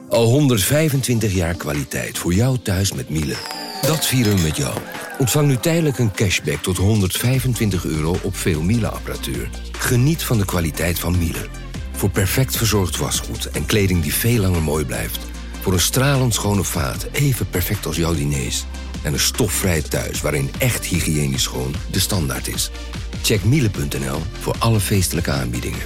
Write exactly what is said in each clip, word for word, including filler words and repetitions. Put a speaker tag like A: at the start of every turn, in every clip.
A: Al honderdvijfentwintig jaar kwaliteit voor jou thuis met Miele. Dat vieren we met jou. Ontvang nu tijdelijk een cashback tot honderdvijfentwintig euro op veel Miele-apparatuur. Geniet van de kwaliteit van Miele. Voor perfect verzorgd wasgoed en kleding die veel langer mooi blijft. Voor een stralend schone vaat, even perfect als jouw diners. En een stofvrij thuis waarin echt hygiënisch schoon de standaard is. Check miele punt n l voor alle feestelijke aanbiedingen.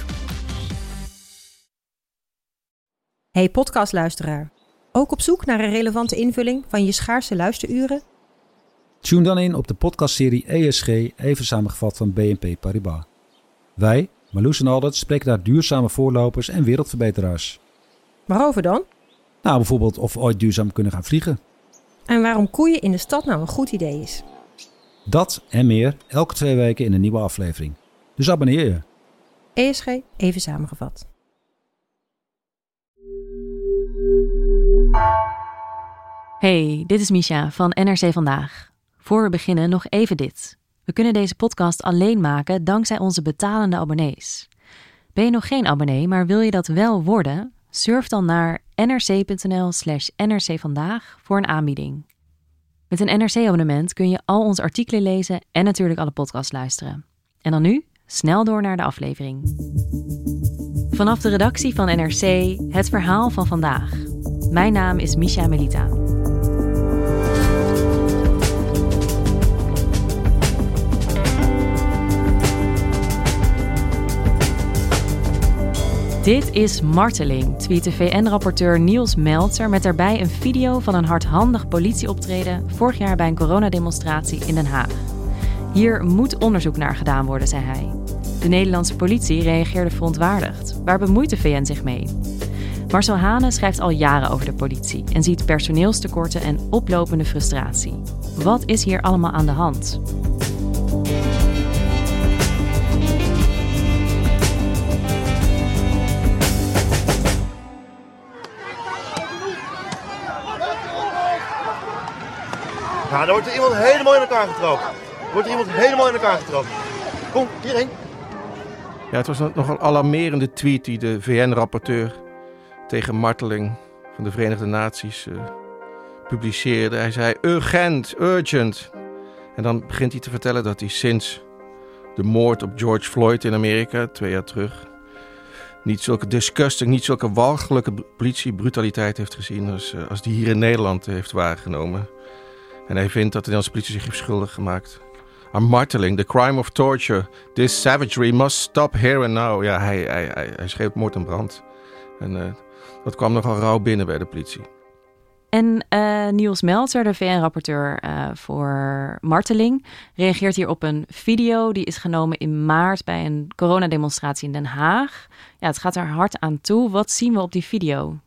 B: Hey podcastluisteraar. Ook op zoek naar een relevante invulling van je schaarse luisteruren?
C: Tune dan in op de podcastserie E S G, even samengevat van B N P Paribas. Wij, Marloes en Aldert, spreken daar duurzame voorlopers en wereldverbeteraars.
B: Waarover dan?
C: Nou, bijvoorbeeld of we ooit duurzaam kunnen gaan vliegen.
B: En waarom koeien in de stad nou een goed idee is.
C: Dat en meer elke twee weken in een nieuwe aflevering. Dus abonneer je.
B: E S G, even samengevat.
D: Hey, dit is Misha van N R C Vandaag. Voor we beginnen nog even dit. We kunnen deze podcast alleen maken dankzij onze betalende abonnees. Ben je nog geen abonnee, maar wil je dat wel worden? Surf dan naar nrc.nl slash nrcvandaag voor een aanbieding. Met een N R C-abonnement kun je al onze artikelen lezen en natuurlijk alle podcasts luisteren. En dan nu, snel door naar de aflevering. Vanaf de redactie van N R C, het verhaal van vandaag. Mijn naam is Misha Melita. Dit is marteling, tweette V N-rapporteur Niels Meltzer met daarbij een video van een hardhandig politieoptreden vorig jaar bij een coronademonstratie in Den Haag. Hier moet onderzoek naar gedaan worden, zei hij. De Nederlandse politie reageerde verontwaardigd. Waar bemoeit de V N zich mee? Marcel Hane schrijft al jaren over de politie en ziet personeelstekorten en oplopende frustratie. Wat is hier allemaal aan de hand?
E: Ja, dan wordt er iemand helemaal in elkaar getrapt. Er wordt er iemand helemaal in elkaar getrapt. Kom, hierheen.
F: Ja, het was een nogal alarmerende tweet die de V N-rapporteur tegen marteling van de Verenigde Naties uh, publiceerde. Hij zei urgent, urgent. En dan begint hij te vertellen dat hij sinds de moord op George Floyd in Amerika, twee jaar terug, niet zulke disgusting, niet zulke walgelijke politiebrutaliteit heeft gezien als, uh, als die hier in Nederland heeft waargenomen. En hij vindt dat de Nederlandse politie zich heeft schuldig gemaakt aan marteling, the crime of torture. This savagery must stop here and now. Ja, hij, hij, hij, hij schreeuwt moord en brand. En uh, dat kwam nogal rauw binnen bij de politie.
D: En uh, Niels Meltzer, de V N-rapporteur uh, voor marteling, reageert hier op een video die is genomen in maart bij een coronademonstratie in Den Haag. Ja, het gaat er hard aan toe. Wat zien we op die video?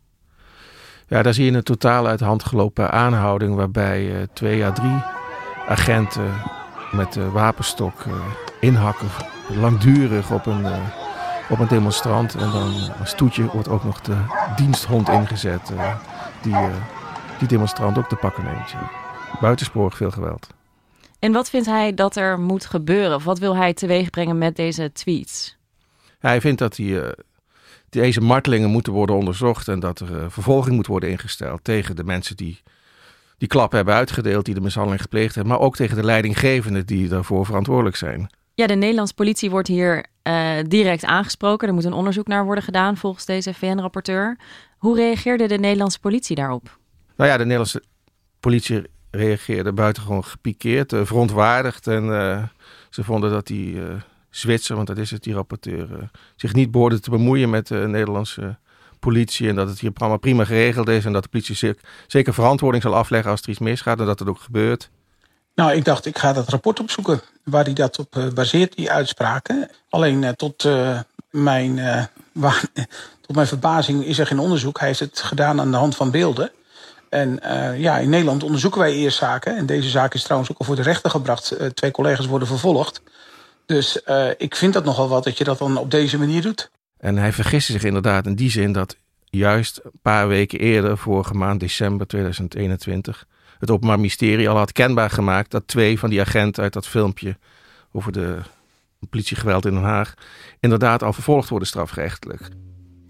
F: Ja, daar zie je een totaal uit de hand gelopen aanhouding waarbij uh, twee à drie agenten met uh, wapenstok uh, inhakken, langdurig op een, uh, op een demonstrant. En dan uh, als toetje wordt ook nog de diensthond ingezet uh, die uh, die demonstrant ook te pakken neemt. Ja. Buitensporig veel geweld.
D: En wat vindt hij dat er moet gebeuren? Of wat wil hij teweeg brengen met deze tweets?
F: Ja, hij vindt dat die... Uh, Deze martelingen moeten worden onderzocht en dat er uh, vervolging moet worden ingesteld tegen de mensen die die klap hebben uitgedeeld, die de mishandeling gepleegd hebben, maar ook tegen de leidinggevenden die daarvoor verantwoordelijk zijn.
D: Ja, de Nederlandse politie wordt hier uh, direct aangesproken. Er moet een onderzoek naar worden gedaan volgens deze V N-rapporteur. Hoe reageerde de Nederlandse politie daarop?
F: Nou ja, de Nederlandse politie reageerde buitengewoon gepikeerd, uh, verontwaardigd en uh, ze vonden dat die uh, Zwitser, want dat is het, die rapporteur, uh, zich niet behoorde te bemoeien met de Nederlandse politie en dat het hier allemaal prima geregeld is en dat de politie zeker, zeker verantwoording zal afleggen als er iets misgaat en dat het ook gebeurt.
G: Nou, ik dacht, ik ga dat rapport opzoeken waar hij dat op uh, baseert, die uitspraken. Alleen uh, tot, uh, mijn, uh, waar, tot mijn verbazing is er geen onderzoek. Hij heeft het gedaan aan de hand van beelden. En uh, ja, in Nederland onderzoeken wij eerst zaken. En deze zaak is trouwens ook al voor de rechter gebracht. Uh, twee collega's worden vervolgd. Dus uh, ik vind dat nogal wat dat je dat dan op deze manier doet.
F: En hij vergiste zich inderdaad in die zin dat juist een paar weken eerder, vorige maand december tweeduizend eenentwintig... het Openbaar Ministerie al had kenbaar gemaakt dat twee van die agenten uit dat filmpje over de politiegeweld in Den Haag inderdaad al vervolgd worden strafrechtelijk.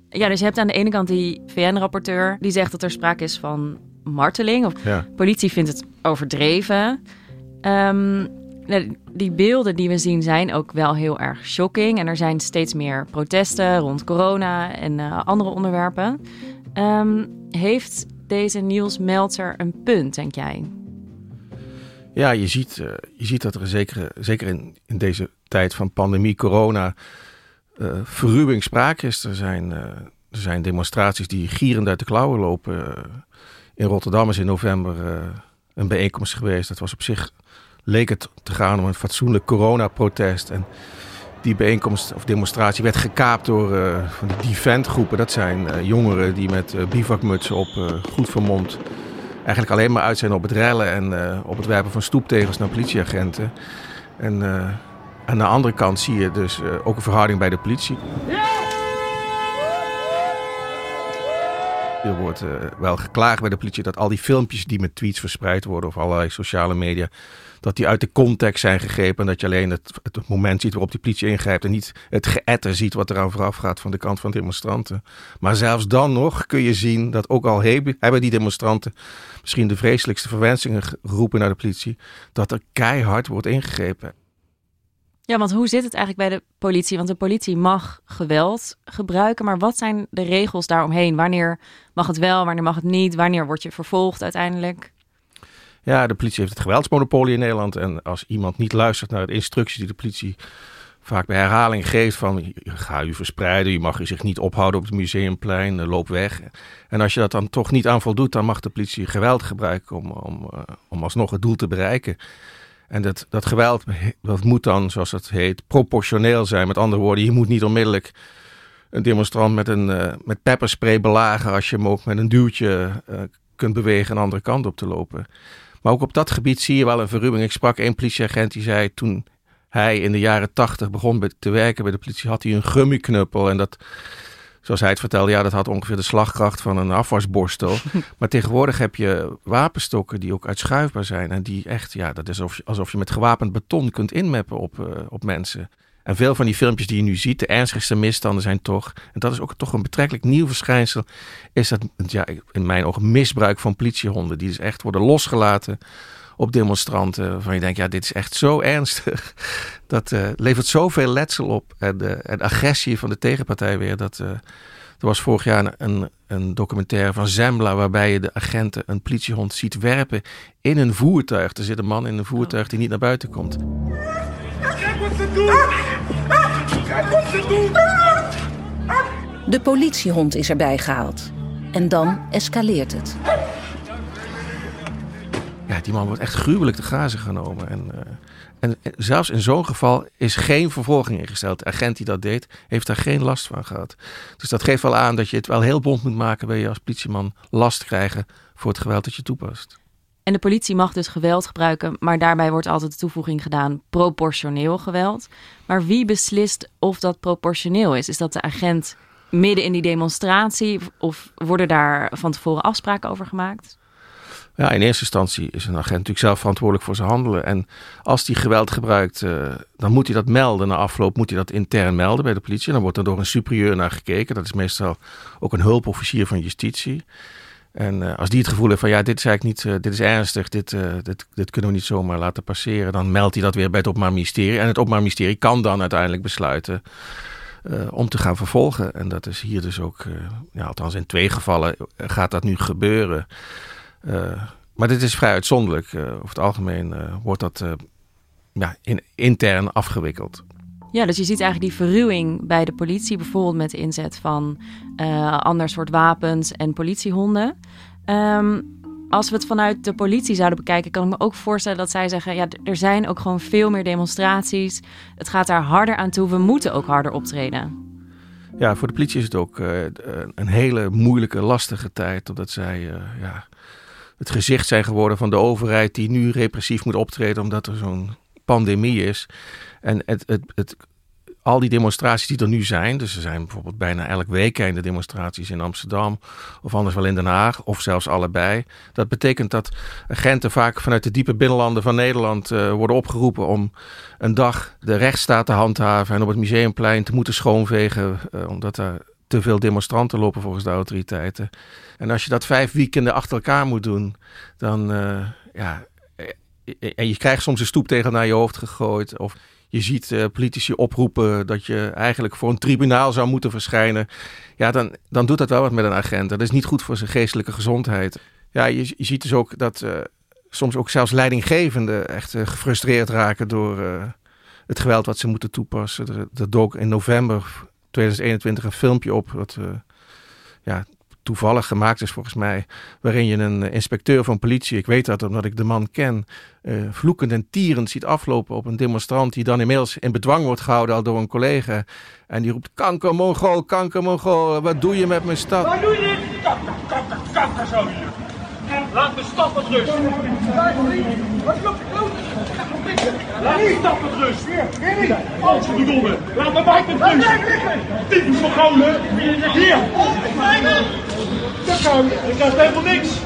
D: Ja, dus je hebt aan de ene kant die V N-rapporteur die zegt dat er sprake is van marteling. Of
F: Ja.
D: politie vindt het overdreven. Um, die beelden die we zien zijn ook wel heel erg shocking. En er zijn steeds meer protesten rond corona en uh, andere onderwerpen. Um, heeft deze Niels Meltzer een punt, denk jij?
F: Ja, je ziet, uh, je ziet dat er zeker, zeker in, in deze tijd van pandemie, corona, uh, verruwing sprake is. Er zijn, uh, er zijn demonstraties die gierend uit de klauwen lopen. Uh, in Rotterdam is in november uh, een bijeenkomst geweest. Dat was op zich, leek het te gaan om een fatsoenlijk coronaprotest. En die bijeenkomst of demonstratie werd gekaapt door uh, van die Defend-groepen. Dat zijn uh, jongeren die met uh, bivakmutsen op, uh, goed vermomd, eigenlijk alleen maar uit zijn op het rellen en uh, op het werpen van stoeptegels naar politieagenten. En uh, aan de andere kant zie je dus uh, ook een verhouding bij de politie. Er wordt uh, wel geklaagd bij de politie dat al die filmpjes die met tweets verspreid worden of allerlei sociale media, dat die uit de context zijn gegrepen en dat je alleen het, het moment ziet waarop die politie ingrijpt en niet het geëtter ziet wat eraan vooraf gaat van de kant van demonstranten. Maar zelfs dan nog kun je zien dat ook al hebben die demonstranten misschien de vreselijkste verwensingen geroepen naar de politie, dat er keihard wordt ingegrepen.
D: Ja, want hoe zit het eigenlijk bij de politie? Want de politie mag geweld gebruiken, maar wat zijn de regels daaromheen? Wanneer mag het wel, wanneer mag het niet? Wanneer word je vervolgd uiteindelijk?
F: Ja, de politie heeft het geweldsmonopolie in Nederland. En als iemand niet luistert naar de instructies die de politie vaak bij herhaling geeft van ga u verspreiden, u mag u zich niet ophouden op het Museumplein, loop weg. En als je dat dan toch niet aan voldoet, dan mag de politie geweld gebruiken om, om, om alsnog het doel te bereiken. En dat, dat geweld dat moet dan, zoals het heet, proportioneel zijn. Met andere woorden, je moet niet onmiddellijk een demonstrant met een uh, met pepperspray belagen als je hem ook met een duwtje uh, kunt bewegen een andere kant op te lopen. Maar ook op dat gebied zie je wel een verruwing. Ik sprak een politieagent die zei toen hij in de jaren tachtig begon te werken bij de politie, had hij een gummiknuppel. En dat, zoals hij het vertelde, ja, dat had ongeveer de slagkracht van een afwasborstel. Maar tegenwoordig heb je wapenstokken die ook uitschuifbaar zijn. En die echt, ja, dat is alsof je, alsof je met gewapend beton kunt inmappen op, uh, op mensen. En veel van die filmpjes die je nu ziet, de ernstigste misstanden zijn toch, en dat is ook toch een betrekkelijk nieuw verschijnsel, is dat, ja, in mijn ogen misbruik van politiehonden. Die dus echt worden losgelaten op demonstranten. Waarvan je denkt, ja, dit is echt zo ernstig. Dat uh, levert zoveel letsel op. En de en agressie van de tegenpartij weer. Dat, uh, er was vorig jaar een, een, een documentaire van Zembla, waarbij je de agenten een politiehond ziet werpen in een voertuig. Er zit een man in een voertuig die niet naar buiten komt.
H: Kijk wat ze doen! Kijk wat ze doen!
I: De politiehond is erbij gehaald. En dan escaleert het.
F: Ja, die man wordt echt gruwelijk te grazen genomen. En, uh, en zelfs in zo'n geval is geen vervolging ingesteld. De agent die dat deed, heeft daar geen last van gehad. Dus dat geeft wel aan dat je het wel heel bond moet maken, wil je als politieman last krijgen voor het geweld dat je toepast.
D: En de politie mag dus geweld gebruiken, maar daarbij wordt altijd de toevoeging gedaan proportioneel geweld. Maar wie beslist of dat proportioneel is? Is dat de agent midden in die demonstratie of worden daar van tevoren afspraken over gemaakt?
F: Ja, in eerste instantie is een agent natuurlijk zelf verantwoordelijk voor zijn handelen. En als hij geweld gebruikt, uh, dan moet hij dat melden. Na afloop moet hij dat intern melden bij de politie. Dan wordt er door een superieur naar gekeken. Dat is meestal ook een hulpofficier van justitie. En uh, als die het gevoel heeft van ja, dit is eigenlijk niet, uh, dit is ernstig, dit, uh, dit, dit kunnen we niet zomaar laten passeren, dan meldt hij dat weer bij het Openbaar Ministerie. En het Openbaar Ministerie kan dan uiteindelijk besluiten uh, om te gaan vervolgen. En dat is hier dus ook, uh, ja, althans in twee gevallen gaat dat nu gebeuren. Uh, maar dit is vrij uitzonderlijk. Uh, over het algemeen uh, wordt dat uh, ja, in, intern afgewikkeld.
D: Ja, dus je ziet eigenlijk die verruwing bij de politie, bijvoorbeeld met de inzet van uh, ander soort wapens en politiehonden. Um, als we het vanuit de politie zouden bekijken, kan ik me ook voorstellen dat zij zeggen, ja, er zijn ook gewoon veel meer demonstraties. Het gaat daar harder aan toe, we moeten ook harder optreden.
F: Ja, voor de politie is het ook uh, een hele moeilijke, lastige tijd, omdat zij uh, ja, het gezicht zijn geworden van de overheid die nu repressief moet optreden omdat er zo'n pandemie is. En het, het, het, al die demonstraties die er nu zijn, dus er zijn bijvoorbeeld bijna elk weekend de demonstraties in Amsterdam of anders wel in Den Haag of zelfs allebei. Dat betekent dat agenten vaak vanuit de diepe binnenlanden van Nederland uh, worden opgeroepen om een dag de rechtsstaat te handhaven en op het Museumplein te moeten schoonvegen, uh, omdat daar te veel demonstranten lopen volgens de autoriteiten. En als je dat vijf weekenden achter elkaar moet doen, dan uh, ja, en je krijgt soms een stoeptegel naar je hoofd gegooid, of je ziet uh, politici oproepen dat je eigenlijk voor een tribunaal zou moeten verschijnen. Ja, dan, dan doet dat wel wat met een agent. Dat is niet goed voor zijn geestelijke gezondheid. Ja, je, je ziet dus ook dat uh, soms ook zelfs leidinggevenden echt uh, gefrustreerd raken door uh, het geweld wat ze moeten toepassen. Er, er dook in november tweeduizend eenentwintig een filmpje op wat uh, ja, toevallig gemaakt is volgens mij, waarin je een inspecteur van politie, ik weet dat omdat ik de man ken, uh, vloekend en tierend ziet aflopen op een demonstrant die dan inmiddels in bedwang wordt gehouden al door een collega. En die roept, kanker Mongool, kanker Mongool, wat doe je met mijn stad?
H: Waar doe je dit? Kanker, kanker, kanker zo hier. Laat de stad met rust. Wat loopt je dood? Laat de stad met rust. Als je doet onder. Laat de wijk met rust. Typisch van Golen. Hier. Ik krijg helemaal niks.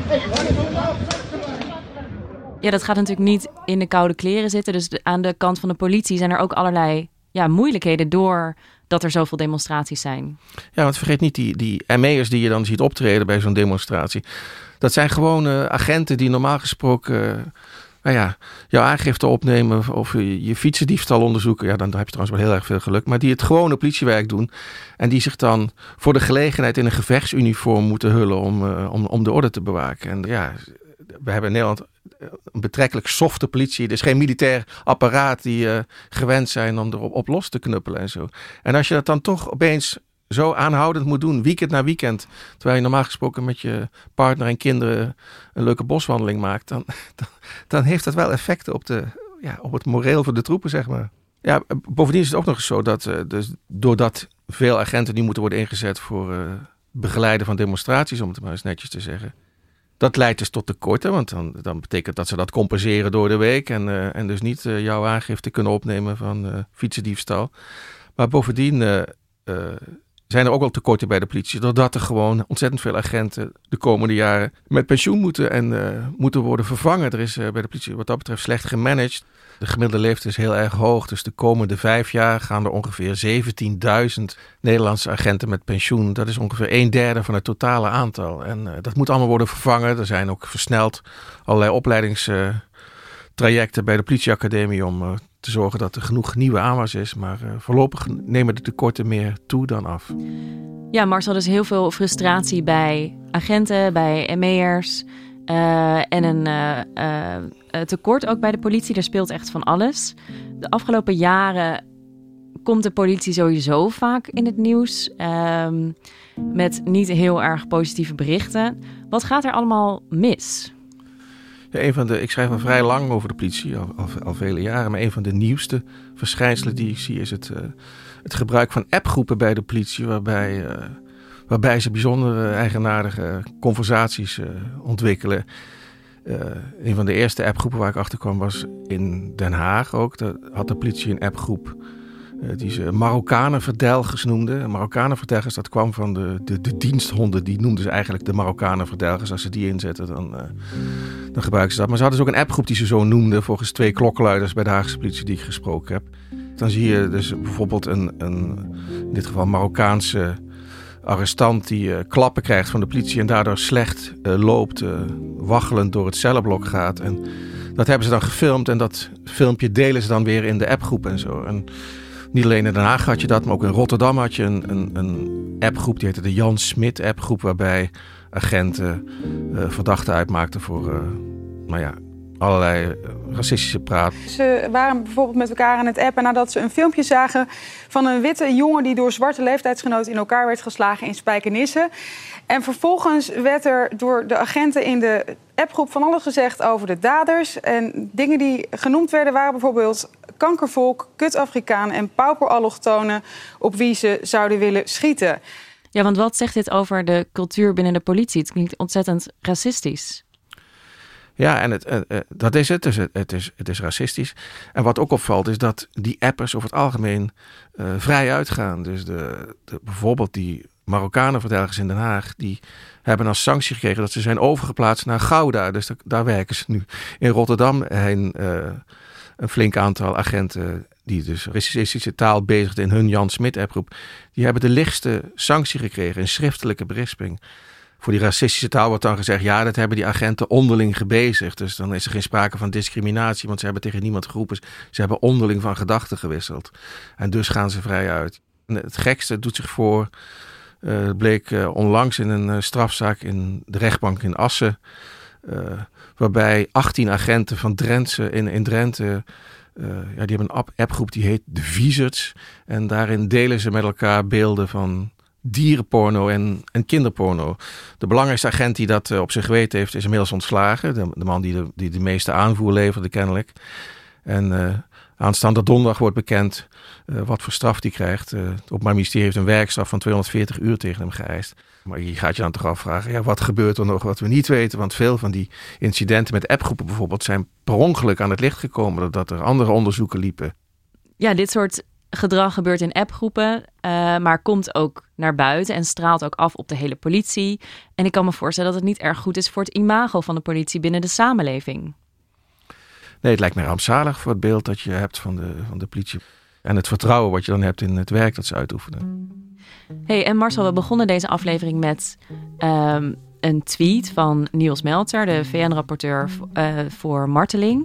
D: Ja, dat gaat natuurlijk niet in de koude kleren zitten. Dus de, aan de kant van de politie zijn er ook allerlei ja, moeilijkheden door dat er zoveel demonstraties zijn.
F: Ja, want vergeet niet die, die M E'ers die je dan ziet optreden bij zo'n demonstratie. Dat zijn gewoon uh, agenten die normaal gesproken Uh, nou ja, jouw aangifte opnemen of je, je fietsendiefstal onderzoeken. Ja, dan, dan heb je trouwens wel heel erg veel geluk. Maar die het gewone politiewerk doen. En die zich dan voor de gelegenheid in een gevechtsuniform moeten hullen om, uh, om, om de orde te bewaken. En ja, we hebben in Nederland een betrekkelijk softe politie. Er is geen militair apparaat die uh, gewend zijn om erop op los te knuppelen en zo. En als je dat dan toch opeens zo aanhoudend moet doen, weekend na weekend, terwijl je normaal gesproken met je partner en kinderen een leuke boswandeling maakt, dan, dan, dan heeft dat wel effecten op, de, ja, op het moreel van de troepen, zeg maar. Ja, bovendien is het ook nog eens zo dat, uh, dus doordat veel agenten nu moeten worden ingezet voor uh, begeleiden van demonstraties, om het maar eens netjes te zeggen, dat leidt dus tot tekorten, want dan, dan betekent dat ze dat compenseren door de week en, uh, en dus niet uh, jouw aangifte kunnen opnemen van uh, fietsendiefstal. Maar bovendien Uh, uh, zijn er ook wel tekorten bij de politie, doordat er gewoon ontzettend veel agenten de komende jaren met pensioen moeten en uh, moeten worden vervangen. Er is uh, bij de politie wat dat betreft slecht gemanaged. De gemiddelde leeftijd is heel erg hoog, dus de komende vijf jaar gaan er ongeveer zeventienduizend Nederlandse agenten met pensioen. Dat is ongeveer een derde van het totale aantal. En uh, dat moet allemaal worden vervangen. Er zijn ook versneld allerlei opleidingstrajecten uh, bij de politieacademie om Uh, te zorgen dat er genoeg nieuwe aanwas is. Maar uh, voorlopig nemen de tekorten meer toe dan af.
D: Ja, Marcel, dus heel veel frustratie bij agenten, bij M E'ers. Uh, en een uh, uh, tekort ook bij de politie. Er speelt echt van alles. De afgelopen jaren komt de politie sowieso vaak in het nieuws. Uh, met niet heel erg positieve berichten. Wat gaat er allemaal mis?
F: Ja, een van de, ik schrijf al vrij lang over de politie, al, al, al vele jaren. Maar een van de nieuwste verschijnselen die ik zie is het, uh, het gebruik van appgroepen bij de politie. Waarbij, uh, waarbij ze bijzondere eigenaardige conversaties uh, ontwikkelen. Uh, een van de eerste appgroepen waar ik achter kwam was in Den Haag ook. Daar had de politie een appgroep uh, die ze Marokkanenverdelgers noemden. Marokkanenverdelgers, dat kwam van de, de, de diensthonden. Die noemden ze eigenlijk de Marokkanenverdelgers. Als ze die inzetten, dan, uh, dan gebruiken ze dat. Maar ze hadden dus ook een appgroep die ze zo noemden, volgens twee klokkenluiders bij de Haagse politie die ik gesproken heb. Dan zie je dus bijvoorbeeld een, een in dit geval Marokkaanse arrestant die uh, klappen krijgt van de politie en daardoor slecht uh, loopt, uh, waggelend door het cellenblok gaat. En dat hebben ze dan gefilmd en dat filmpje delen ze dan weer in de appgroep en zo. En niet alleen in Den Haag had je dat, maar ook in Rotterdam had je een, een, een appgroep, die heette de Jan Smit appgroep, waarbij agenten uh, verdachten uitmaakten voor uh, nou ja, allerlei uh, racistische praat.
J: Ze waren bijvoorbeeld met elkaar aan het appen nadat ze een filmpje zagen van een witte jongen die door zwarte leeftijdsgenoten in elkaar werd geslagen in Spijkenisse. En vervolgens werd er door de agenten in de appgroep van alles gezegd over de daders. En dingen die genoemd werden waren bijvoorbeeld kankervolk, kut-Afrikaan en pauper-allochtonen op wie ze zouden willen schieten.
D: Ja, want wat zegt dit over de cultuur binnen de politie? Het klinkt ontzettend racistisch.
F: Ja, en het, uh, uh, dat is het. Dus het, het, is, het is racistisch. En wat ook opvalt is dat die appers over het algemeen uh, vrij uitgaan. Dus de, de, bijvoorbeeld die Marokkanenverdelgers in Den Haag, die hebben als sanctie gekregen dat ze zijn overgeplaatst naar Gouda. Dus da, daar werken ze nu. In Rotterdam heen, uh, een flink aantal agenten die dus racistische taal bezigden in hun Jan Smit-appgroep, die hebben de lichtste sanctie gekregen, een schriftelijke berisping. Voor die racistische taal wordt dan gezegd, ja, dat hebben die agenten onderling gebezigd. Dus dan is er geen sprake van discriminatie, want ze hebben tegen niemand geroepen. Ze hebben onderling van gedachten gewisseld. En dus gaan ze vrij uit. En het gekste doet zich voor, uh, bleek uh, onlangs in een uh, strafzaak in de rechtbank in Assen, uh, waarbij achttien agenten van Drenthe in, in Drenthe, uh, ja, die hebben een appgroep die heet de Wizards. En daarin delen ze met elkaar beelden van dierenporno en, en kinderporno. De belangrijkste agent die dat uh, op zich geweten heeft, is inmiddels ontslagen. De, de man die de, die de meeste aanvoer leverde, kennelijk. En uh, aanstaande donderdag wordt bekend uh, wat voor straf die krijgt. Uh, het Openbaar Ministerie heeft een werkstraf van tweehonderdveertig uur tegen hem geëist. Maar je gaat je dan toch afvragen, ja, wat gebeurt er nog wat we niet weten? Want veel van die incidenten met appgroepen bijvoorbeeld zijn per ongeluk aan het licht gekomen, doordat er andere onderzoeken liepen.
D: Ja, dit soort gedrag gebeurt in appgroepen, uh, maar komt ook naar buiten en straalt ook af op de hele politie. En ik kan me voorstellen dat het niet erg goed is voor het imago van de politie binnen de samenleving.
F: Nee, het lijkt mij rampzalig voor het beeld dat je hebt van de, van de politie. En het vertrouwen wat je dan hebt in het werk dat ze uitoefenen.
D: Hey, en Marcel, we begonnen deze aflevering met um, een tweet van Niels Melzer, de V N-rapporteur uh, voor marteling.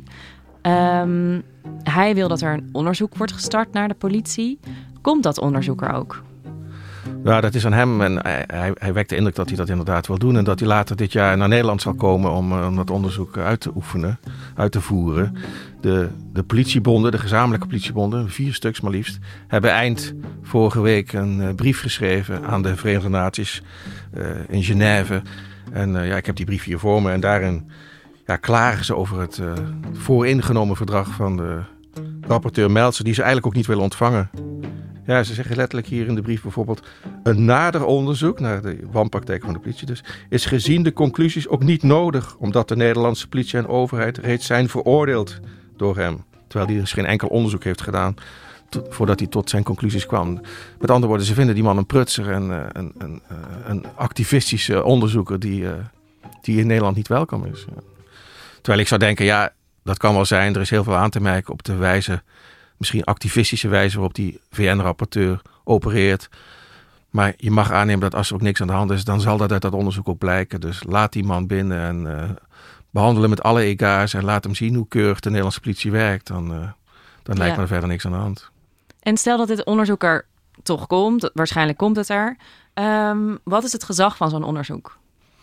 D: Um, hij wil dat er een onderzoek wordt gestart naar de politie. Komt dat onderzoek er ook?
F: Ja, dat is aan hem. En hij, hij, hij wekt de indruk dat hij dat inderdaad wil doen. En dat hij later dit jaar naar Nederland zal komen om, om dat onderzoek uit te oefenen, uit te voeren. De, de politiebonden, de gezamenlijke politiebonden, vier stuks maar liefst, hebben eind vorige week een uh, brief geschreven aan de Verenigde Naties uh, in Genève. En uh, ja, ik heb die brief hier voor me. En daarin ja, klagen ze over het uh, vooringenomen verdrag van de rapporteur Melzer, die ze eigenlijk ook niet willen ontvangen. Ja, ze zeggen letterlijk hier in de brief bijvoorbeeld: een nader onderzoek naar de wanpraktijk van de politie dus is gezien de conclusies ook niet nodig, omdat de Nederlandse politie en overheid reeds zijn veroordeeld door hem. Terwijl hij dus geen enkel onderzoek heeft gedaan to- voordat hij tot zijn conclusies kwam. Met andere woorden, ze vinden die man een prutser en uh, een, een, uh, een activistische onderzoeker die, uh, die in Nederland niet welkom is. Ja. Terwijl ik zou denken, ja, dat kan wel zijn. Er is heel veel aan te merken op de wijze, misschien activistische wijze waarop die V N-rapporteur opereert. Maar je mag aannemen dat als er ook niks aan de hand is, dan zal dat uit dat onderzoek ook blijken. Dus laat die man binnen en uh, behandel hem met alle egaars en laat hem zien hoe keurig de Nederlandse politie werkt. Dan, uh, dan lijkt
D: ja.
F: me er verder niks aan de hand.
D: En stel dat dit onderzoek er toch komt, waarschijnlijk komt het er. Um, wat is het gezag van zo'n onderzoek?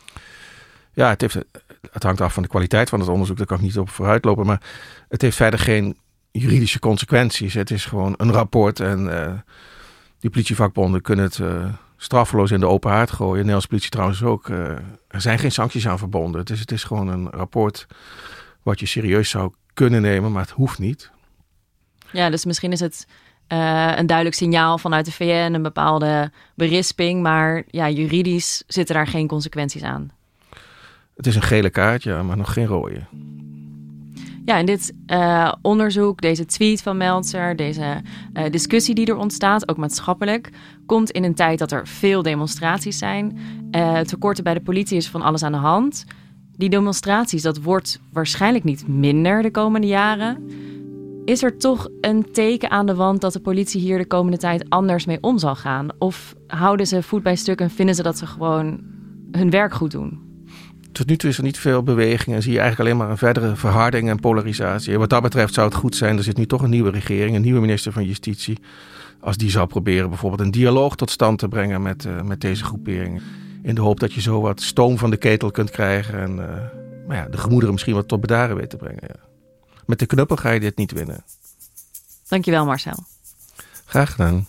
F: Ja, het, heeft, het hangt af van de kwaliteit van het onderzoek. Daar kan ik niet op vooruitlopen. Maar het heeft verder geen juridische consequenties. Het is gewoon een rapport. En uh, die politievakbonden kunnen het uh, straffeloos in de open haard gooien. De Nederlandse politie trouwens ook. Uh, er zijn geen sancties aan verbonden. Het is, het is gewoon een rapport wat je serieus zou kunnen nemen. Maar het hoeft niet.
D: Ja, dus misschien is het uh, een duidelijk signaal vanuit de V N. Een bepaalde berisping. Maar ja, juridisch zitten daar geen consequenties aan.
F: Het is een gele kaart, ja, maar nog geen rode.
D: Ja, en dit uh, onderzoek, deze tweet van Melzer, deze uh, discussie die er ontstaat, ook maatschappelijk, komt in een tijd dat er veel demonstraties zijn. Uh, tekorten bij de politie is van alles aan de hand. Die demonstraties, dat wordt waarschijnlijk niet minder de komende jaren. Is er toch een teken aan de wand dat de politie hier de komende tijd anders mee om zal gaan? Of houden ze voet bij stuk en vinden ze dat ze gewoon hun werk goed doen?
F: Tot nu toe is er niet veel beweging en zie je eigenlijk alleen maar een verdere verharding en polarisatie. En wat dat betreft zou het goed zijn, er zit nu toch een nieuwe regering, een nieuwe minister van Justitie. Als die zou proberen bijvoorbeeld een dialoog tot stand te brengen met, uh, met deze groeperingen. In de hoop dat je zo wat stoom van de ketel kunt krijgen en uh, maar ja, de gemoederen misschien wat tot bedaren weet te brengen. Ja. Met de knuppel ga je dit niet winnen.
D: Dankjewel, Marcel.
F: Graag gedaan.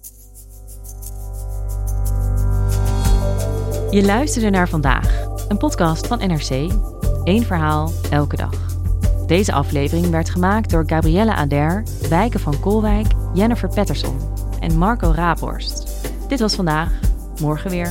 D: Je luisterde naar Vandaag, een podcast van N R C. Eén verhaal, elke dag. Deze aflevering werd gemaakt door Gabrielle Ader, Wijken van Kolwijk, Jennifer Patterson en Marco Raaphorst. Dit was Vandaag, morgen weer.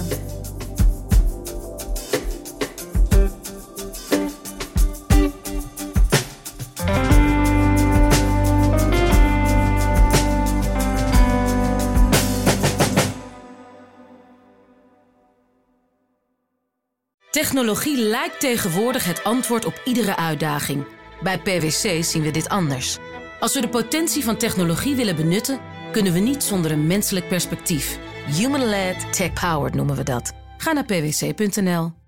K: Technologie lijkt tegenwoordig het antwoord op iedere uitdaging. Bij P W C zien we dit anders. Als we de potentie van technologie willen benutten, kunnen we niet zonder een menselijk perspectief. Human-led, tech-powered noemen we dat. Ga naar p w c punt n l.